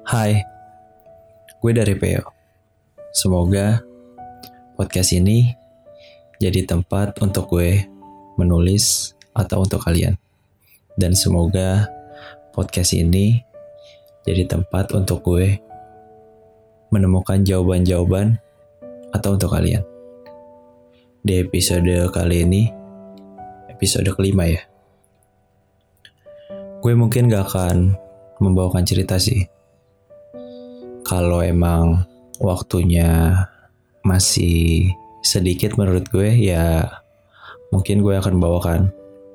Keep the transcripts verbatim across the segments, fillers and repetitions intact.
Hai, gue dari Peo. Semoga podcast ini jadi tempat untuk gue menulis atau untuk kalian. Dan semoga podcast ini jadi tempat untuk gue menemukan jawaban-jawaban atau untuk kalian. Di episode kali ini, episode kelima ya. Gue mungkin gak akan membawakan cerita sih. Kalau emang waktunya masih sedikit menurut gue, ya mungkin gue akan bawakan.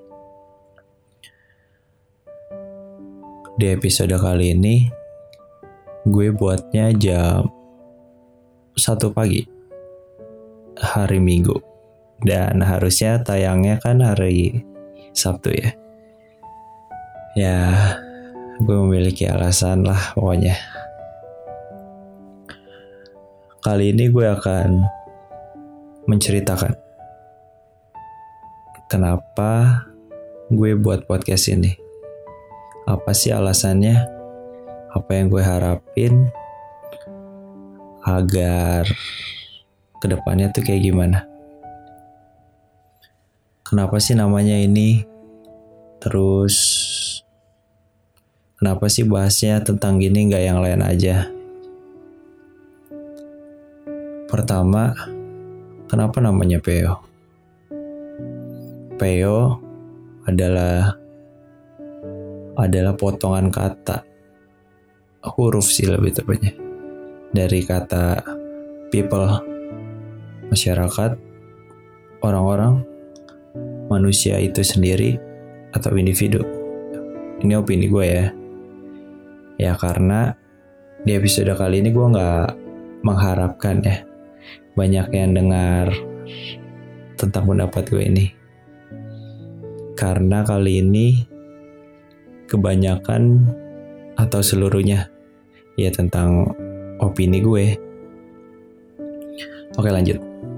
Di episode kali ini, gue buatnya jam satu pagi, hari Minggu. Dan harusnya tayangnya kan hari Sabtu ya. Ya, gue memiliki alasan lah pokoknya. Kali ini gue akan menceritakan kenapa gue buat podcast ini. Apa sih alasannya? Apa yang gue harapin agar kedepannya tuh kayak gimana? Kenapa sih namanya ini? Terus kenapa sih bahasnya tentang gini gak yang lain aja? Pertama, kenapa namanya Peo? Peo adalah adalah potongan kata, huruf sih lebih tepatnya, dari kata people, masyarakat, orang-orang, manusia itu sendiri atau individu. Ini opini gue ya. Ya karena di episode kali ini gue gak mengharapkan ya banyak yang dengar tentang pendapat gue ini. Karena kali ini kebanyakan atau seluruhnya ya tentang opini gue. Oke lanjut.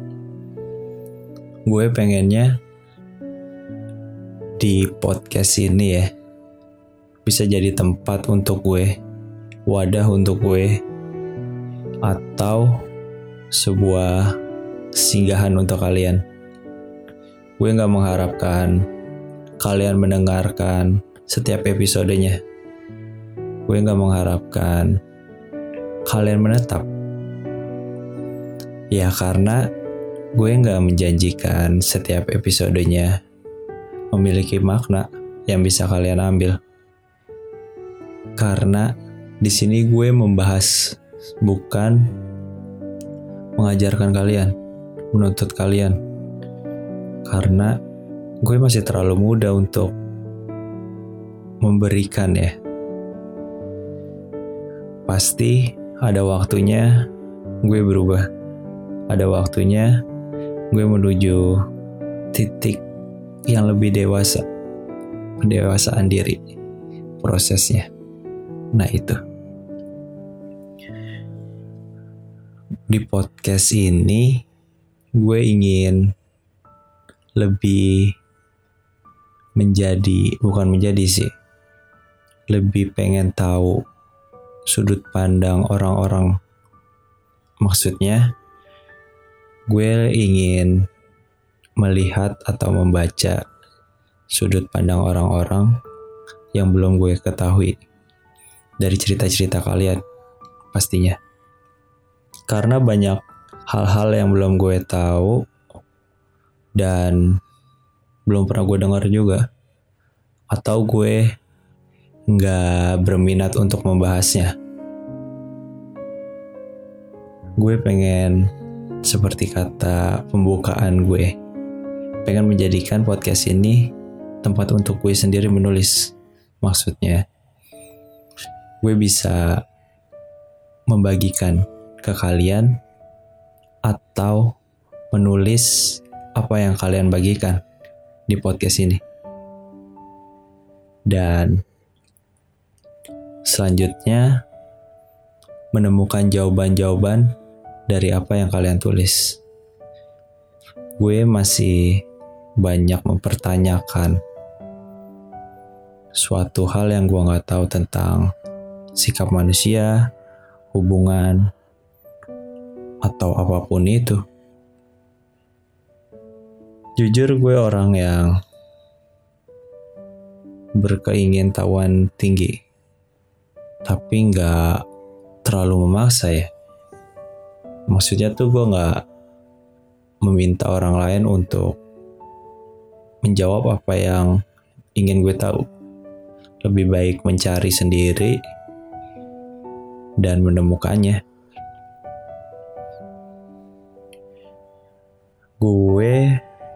Gue pengennya di podcast ini ya bisa jadi tempat untuk gue, wadah untuk gue, atau sebuah singgahan untuk kalian. Gue gak mengharapkan kalian mendengarkan setiap episodenya. Gue gak mengharapkan kalian menetap. Ya karena gue gak menjanjikan setiap episodenya memiliki makna yang bisa kalian ambil. Karena di sini gue membahas, bukan mengajarkan kalian, menuntut kalian. Karena gue masih terlalu muda untuk memberikan ya. Pasti ada waktunya gue berubah. Ada waktunya gue menuju titik yang lebih dewasa. Pendewasaan diri prosesnya. Nah itu. Di podcast ini gue ingin lebih menjadi, bukan menjadi sih, lebih pengen tahu sudut pandang orang-orang. Maksudnya gue ingin melihat atau membaca sudut pandang orang-orang yang belum gue ketahui dari cerita-cerita kalian pastinya. Karena banyak hal-hal yang belum gue tahu dan belum pernah gue dengar juga, atau gue gak berminat untuk membahasnya. Gue pengen, seperti kata pembukaan gue, pengen menjadikan podcast ini tempat untuk gue sendiri menulis. Maksudnya gue bisa membagikan ke kalian atau menulis apa yang kalian bagikan di podcast ini. Dan selanjutnya menemukan jawaban-jawaban dari apa yang kalian tulis. Gue masih banyak mempertanyakan suatu hal yang gue gak tahu tentang sikap manusia, hubungan, atau apapun itu. Jujur gue orang yang berkeingintahuan tinggi, tapi gak terlalu memaksa ya. Maksudnya tuh gue gak meminta orang lain untuk menjawab apa yang ingin gue tahu. Lebih baik mencari sendiri dan menemukannya. Gue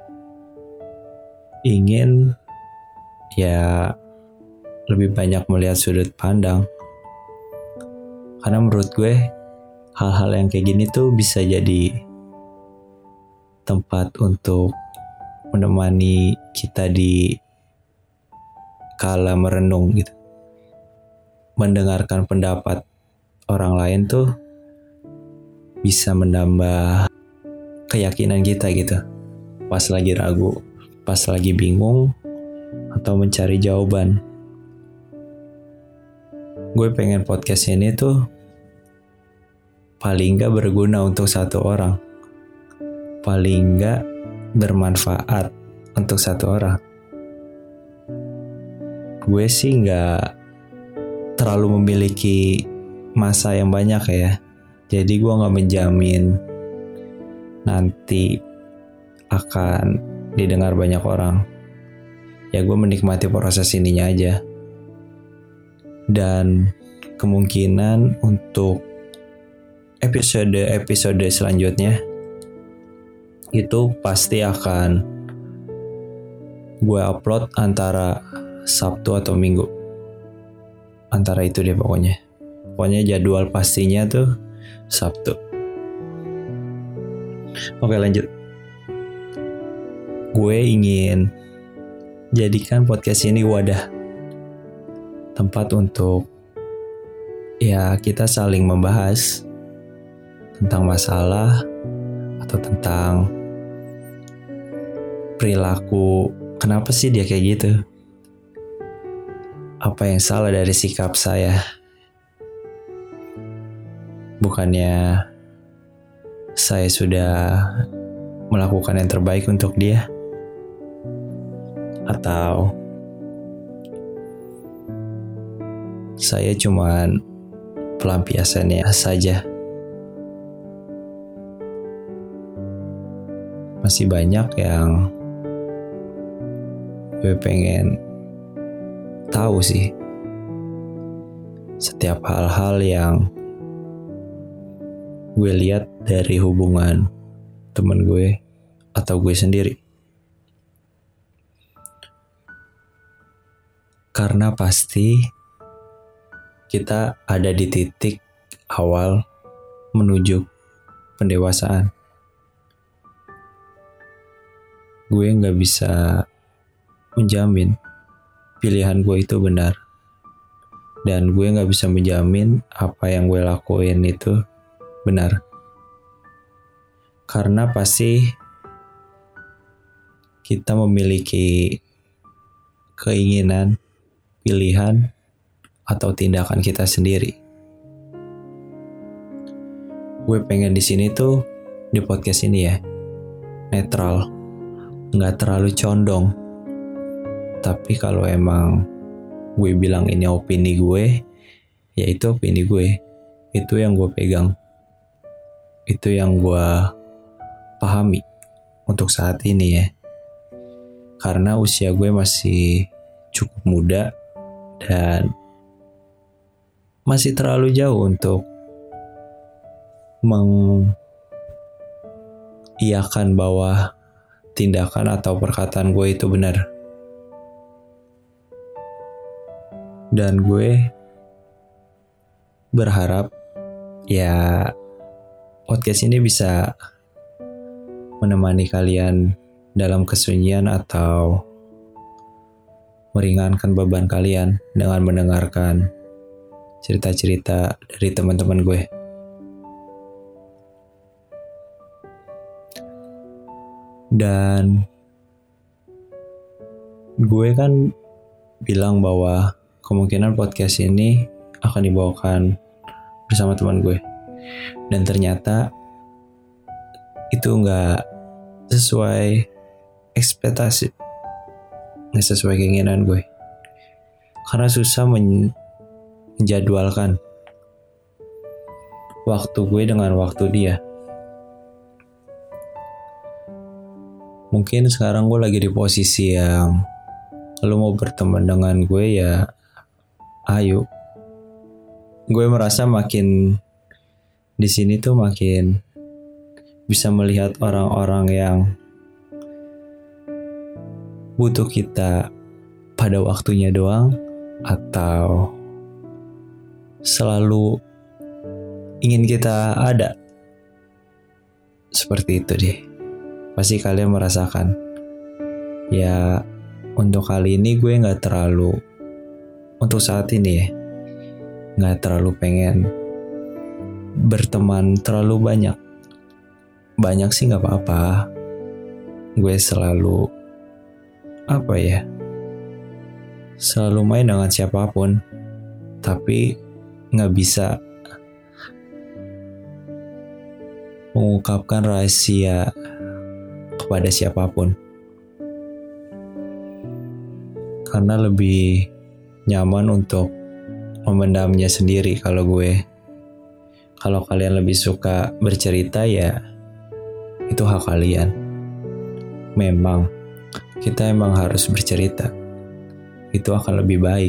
ingin ya lebih banyak melihat sudut pandang. Karena menurut gue hal-hal yang kayak gini tuh bisa jadi tempat untuk menemani kita di kala merenung gitu. Mendengarkan pendapat orang lain tuh bisa menambah keyakinan kita gitu. Pas lagi ragu, pas lagi bingung, atau mencari jawaban. Gue pengen podcast ini tuh paling gak berguna untuk satu orang, paling gak bermanfaat untuk satu orang. Gue sih gak terlalu memiliki masa yang banyak ya, jadi gue gak menjamin nanti akan didengar banyak orang. Ya gue menikmati proses ininya aja. Dan kemungkinan untuk episode-episode selanjutnya itu pasti akan gue upload antara Sabtu atau Minggu. Antara itu deh pokoknya. Pokoknya jadwal pastinya tuh Sabtu. Oke, lanjut. Gue ingin jadikan podcast ini wadah, tempat untuk ya kita saling membahas tentang masalah atau tentang perilaku. Kenapa sih dia kayak gitu? Apa yang salah dari sikap saya? Bukannya saya sudah melakukan yang terbaik untuk dia? Atau saya cuman pelampiasannya saja? Masih banyak yang gue pengen tahu sih. Setiap hal-hal yang gue lihat dari hubungan temen gue atau gue sendiri. Karena pasti kita ada di titik awal menuju pendewasaan. Gue gak bisa menjamin pilihan gue itu benar. Dan gue gak bisa menjamin apa yang gue lakuin itu benar. Karena pasti kita memiliki keinginan, pilihan, atau tindakan kita sendiri. Gue pengen di sini tuh di podcast ini ya netral, nggak terlalu condong. Tapi kalau emang gue bilang ini opini gue, ya itu opini gue, itu yang gue pegang, itu yang gue pahami untuk saat ini ya. Karena usia gue masih cukup muda dan masih terlalu jauh untuk mengiyakan bahwa tindakan atau perkataan gue itu benar. Dan gue berharap ya podcast ini bisa menemani kalian dalam kesunyian atau meringankan beban kalian dengan mendengarkan cerita-cerita dari teman-teman gue. Dan gue kan bilang bahwa kemungkinan podcast ini akan dibawakan bersama teman gue. Dan ternyata itu gak sesuai ekspektasi, gak sesuai keinginan gue. Karena susah men- menjadwalkan waktu gue dengan waktu dia. Mungkin sekarang gue lagi di posisi yang lu mau berteman dengan gue ya ayo. Gue merasa makin di sini tuh makin bisa melihat orang-orang yang butuh kita pada waktunya doang atau selalu ingin kita ada. Seperti itu deh. Pasti kalian merasakan. Ya, untuk kali ini gue gak terlalu, untuk saat ini ya, gak terlalu pengen berteman terlalu banyak. Banyak sih gak apa-apa. Gue selalu, apa ya, selalu main dengan siapapun. Tapi gak bisa mengungkapkan rahasia kepada siapapun, karena lebih nyaman untuk memendamnya sendiri. Kalau gue, kalau kalian lebih suka bercerita ya itu hak kalian. Memang kita emang harus bercerita, itu akan lebih baik,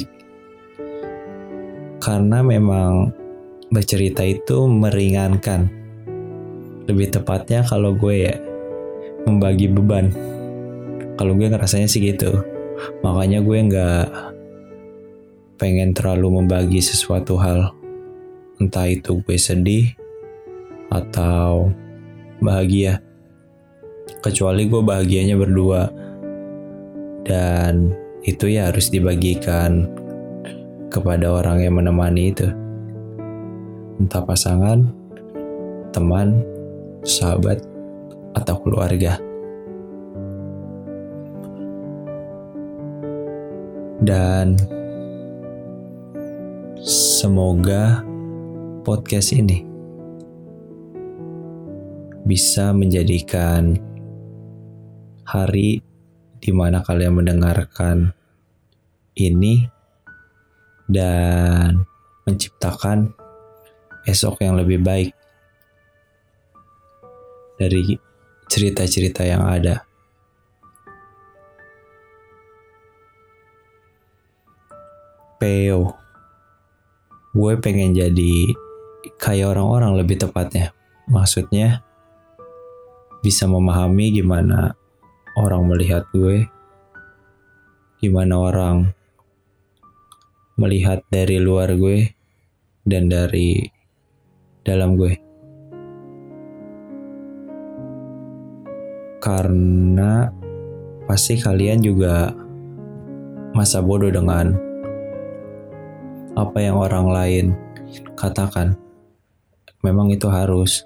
karena memang bercerita itu meringankan. Lebih tepatnya kalau gue ya membagi beban. Kalau gue ngerasanya sih gitu. Makanya gue gak pengen terlalu membagi sesuatu hal. Entah itu gue sedih atau bahagia. Kecuali gue bahagianya berdua. Dan itu ya harus dibagikan kepada orang yang menemani itu. Entah pasangan, teman, sahabat, atau keluarga. Dan semoga podcast ini bisa menjadikan hari di mana kalian mendengarkan ini dan menciptakan esok yang lebih baik dari cerita-cerita yang ada. P O, gue pengen jadi kayak orang-orang lebih tepatnya. Maksudnya bisa memahami gimana orang melihat gue, gimana orang melihat dari luar gue dan dari dalam gue. Karena pasti kalian juga masa bodoh dengan apa yang orang lain katakan. Memang itu harus.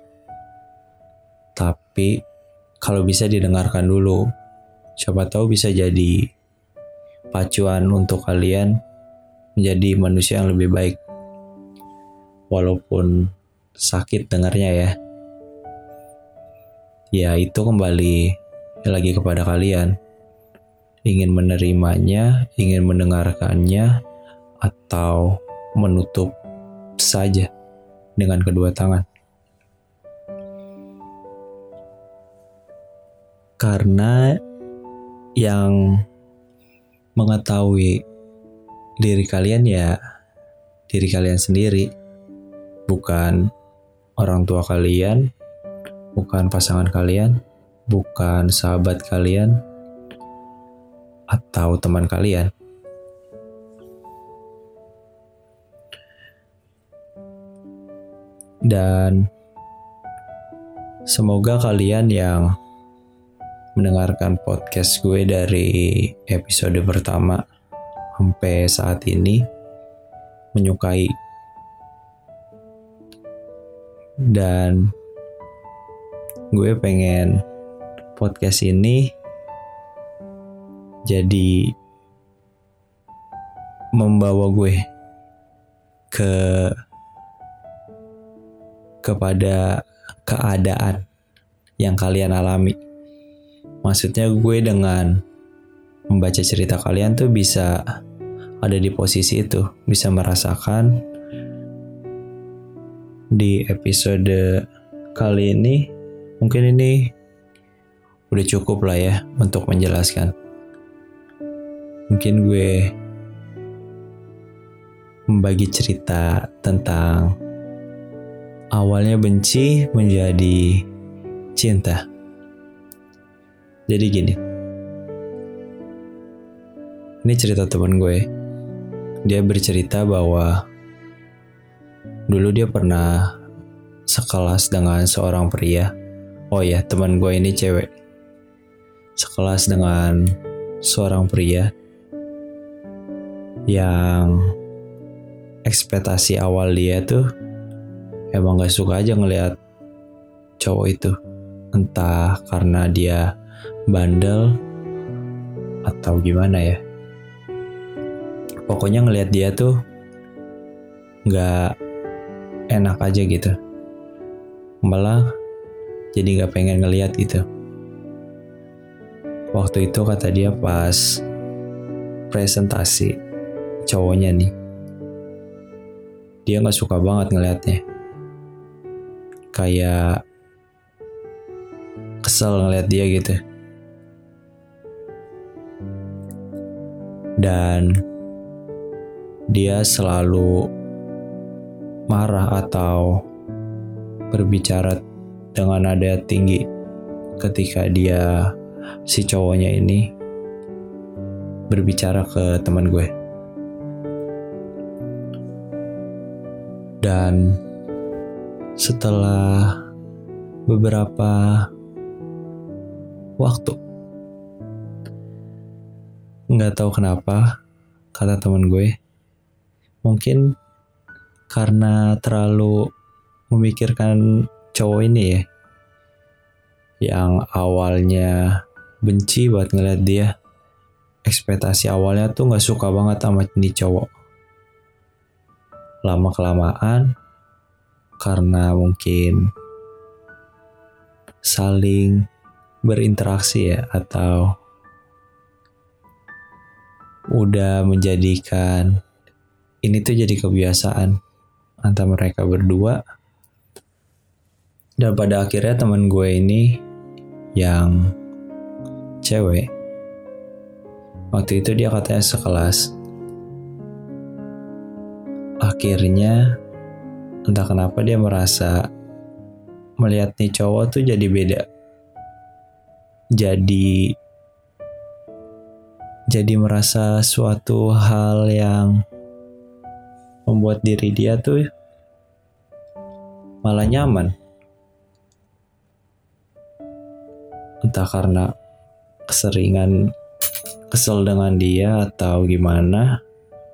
Tapi kalau bisa didengarkan dulu. Siapa tahu bisa jadi pacuan untuk kalian menjadi manusia yang lebih baik. Walaupun sakit dengarnya ya. Ya itu kembali lagi kepada kalian. Ingin menerimanya, ingin mendengarkannya, atau menutup saja dengan kedua tangan. Karena yang mengetahui diri kalian ya diri kalian sendiri, bukan orang tua kalian, bukan pasangan kalian, bukan sahabat kalian, atau teman kalian. Dan semoga kalian yang mendengarkan podcast gue dari episode pertama sampai saat ini menyukai. Dan gue pengen podcast ini jadi membawa gue ke kepada keadaan yang kalian alami. Maksudnya gue dengan membaca cerita kalian tuh bisa ada di posisi itu, bisa merasakan. Di episode kali ini mungkin ini udah cukup lah ya untuk menjelaskan. Mungkin gue membagi cerita tentang awalnya benci menjadi cinta. Jadi gini, ini cerita teman gue. Dia bercerita bahwa dulu dia pernah sekelas dengan seorang pria. Oh ya, teman gue ini cewek. Sekelas dengan seorang pria yang ekspektasi awal dia tuh emang gak suka aja ngelihat cowok itu. Entah karena dia bandel atau gimana ya. Pokoknya ngelihat dia tuh gak enak aja gitu. Malah jadi gak pengen ngelihat gitu. Waktu itu kata dia pas presentasi cowoknya nih, dia gak suka banget ngelihatnya. Kayak kesel ngelihat dia gitu. Dan dia selalu marah atau berbicara dengan nada tinggi ketika dia, si cowoknya ini, berbicara ke teman gue. Dan setelah beberapa waktu, nggak tahu kenapa, kata teman gue, mungkin karena terlalu memikirkan cowok ini ya, yang awalnya benci buat ngeliat dia. Ekspektasi awalnya tuh gak suka banget sama ini cowok. Lama-kelamaan, karena mungkin saling berinteraksi ya, atau udah menjadikan ini tuh jadi kebiasaan antara mereka berdua. Dan pada akhirnya teman gue ini yang cewek, waktu itu dia katanya sekelas, akhirnya entah kenapa dia merasa melihat nih cowok tuh jadi beda. Jadi jadi merasa suatu hal yang membuat diri dia tuh malah nyaman. Entah karena keseringan kesel dengan dia atau gimana,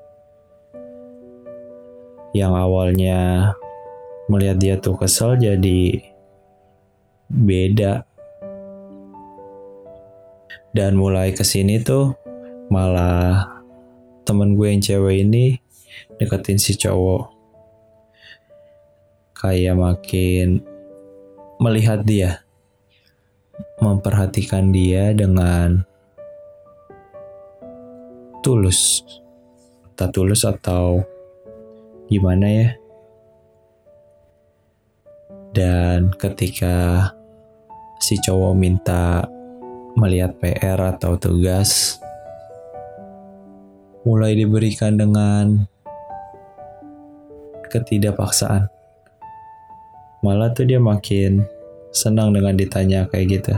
yang awalnya melihat dia tuh kesel jadi beda. Dan mulai kesini tuh malah temen gue yang cewek ini deketin si cowok, kayak makin melihat dia, memperhatikan dia dengan tulus. Tak tulus atau gimana ya. Dan ketika si cowok minta melihat P R atau tugas, mulai diberikan dengan ketidakpaksaan. Malah tuh dia makin senang dengan ditanya kayak gitu.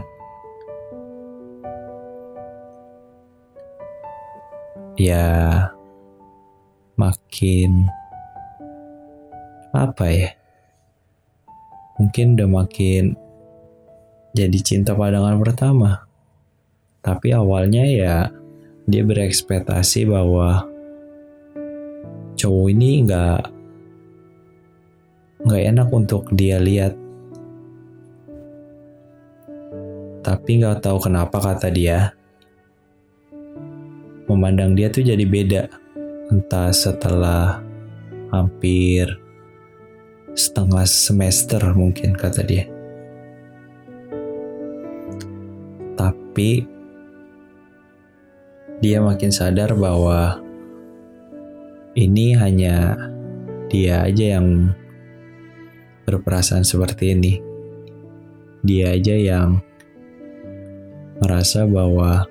Ya makin apa ya, mungkin udah makin jadi cinta pandangan pertama. Tapi awalnya ya dia berekspektasi bahwa cowok ini gak gak enak untuk dia lihat. Tapi gak tahu kenapa, kata dia, memandang dia tuh jadi beda. Entah setelah hampir setengah semester mungkin kata dia. Tapi dia makin sadar bahwa ini hanya dia aja yang berperasaan seperti ini. Dia aja yang merasa bahwa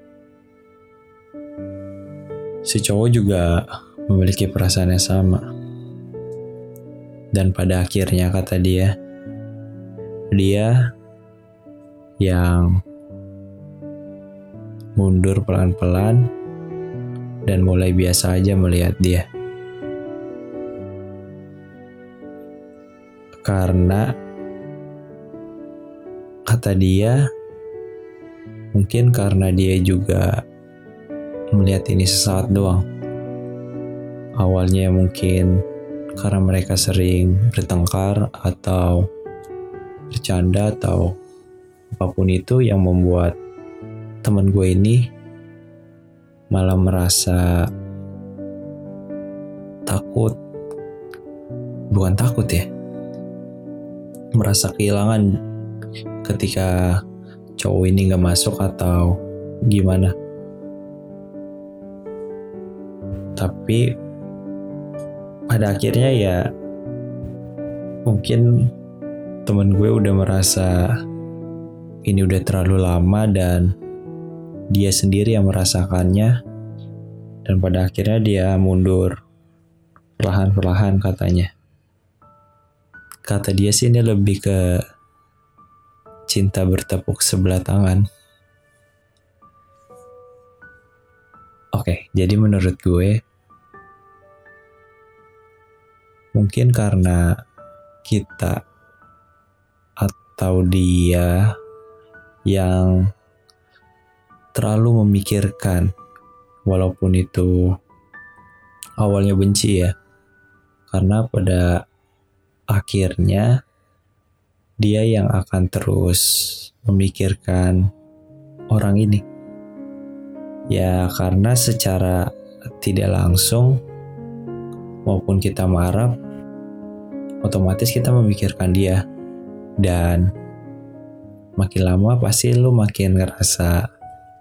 si cowok juga memiliki perasaan yang sama. Dan pada akhirnya kata dia, dia yang mundur pelan-pelan dan mulai biasa aja melihat dia. Karena kata dia, mungkin karena dia juga melihat ini sesaat doang. Awalnya mungkin karena mereka sering bertengkar atau bercanda atau apapun itu yang membuat teman gue ini malah merasa takut. Bukan takut ya, merasa kehilangan ketika cowok ini gak masuk atau gimana. Tapi pada akhirnya ya mungkin temen gue udah merasa ini udah terlalu lama dan dia sendiri yang merasakannya, dan pada akhirnya dia mundur perlahan-perlahan katanya. Kata dia sih ini lebih ke cinta bertepuk sebelah tangan. Oke, jadi menurut gue mungkin karena kita atau dia yang terlalu memikirkan, walaupun itu awalnya benci ya, karena pada akhirnya dia yang akan terus memikirkan orang ini. Ya karena secara tidak langsung maupun kita marah, otomatis kita memikirkan dia. Dan makin lama pasti lu makin ngerasa,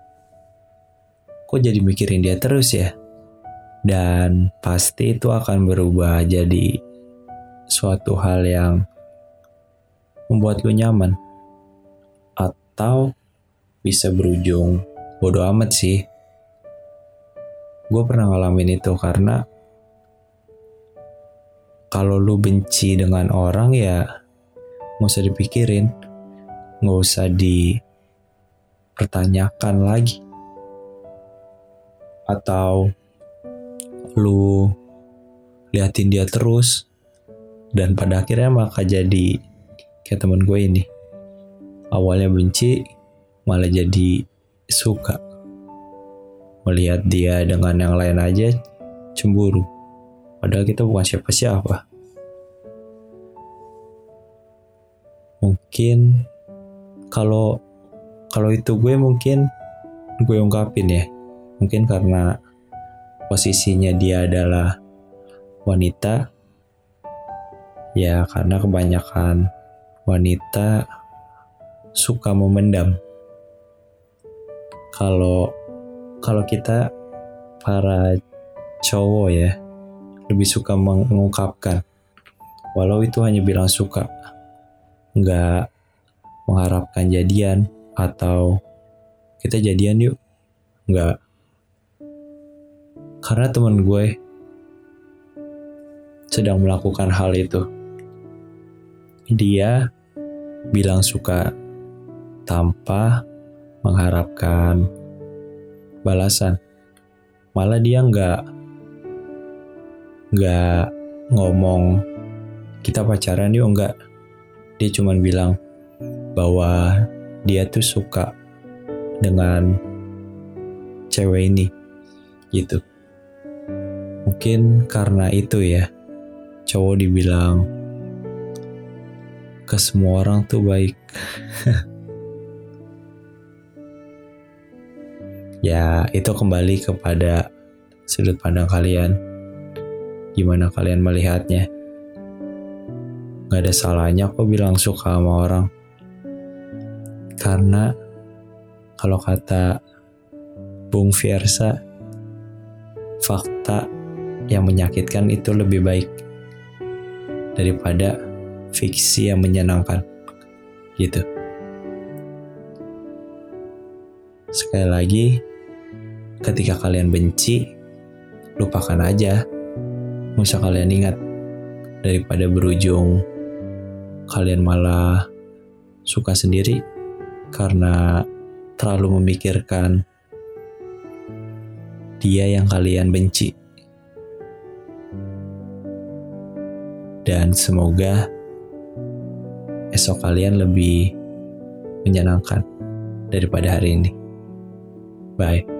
kok jadi mikirin dia terus ya? Dan pasti itu akan berubah jadi suatu hal yang membuat lu nyaman. Atau bisa berujung bodo amat sih. Gue pernah ngalamin itu karena kalau lu benci dengan orang ya gak usah dipikirin, gak usah dipertanyakan lagi. Atau lu liatin dia terus, dan pada akhirnya maka jadi kayak temen gue ini. Awalnya benci, malah jadi suka. Melihat dia dengan yang lain aja cemburu. Padahal kita bukan siapa-siapa. Mungkin kalau kalau itu gue mungkin gue ungkapin ya. Mungkin karena posisinya dia adalah wanita. Ya karena kebanyakan wanita suka memendam. Kalau kalau kita para cowok ya lebih suka mengungkapkan, walau itu hanya bilang suka, nggak mengharapkan jadian atau kita jadian yuk, nggak. Karena teman gue sedang melakukan hal itu. Dia bilang suka tanpa mengharapkan balasan. Malah dia nggak nggak ngomong kita pacaran yuk, nggak. Dia cuma bilang bahwa dia tuh suka dengan cewek ini gitu. Mungkin karena itu ya cowok dibilang ke semua orang tuh baik. Ya itu kembali kepada sudut pandang kalian. gimana kalian melihatnya. Gak ada salahnya kok bilang suka sama orang. Karena kalau kata Bung Fiersa, fakta yang menyakitkan itu lebih baik daripada fiksi yang menyenangkan. Gitu. Sekali lagi, ketika kalian benci, lupakan aja. Nggak usah kalian ingat. Daripada berujung kalian malah suka sendiri karena terlalu memikirkan dia yang kalian benci. Dan semoga esok kalian lebih menyenangkan daripada hari ini. Bye.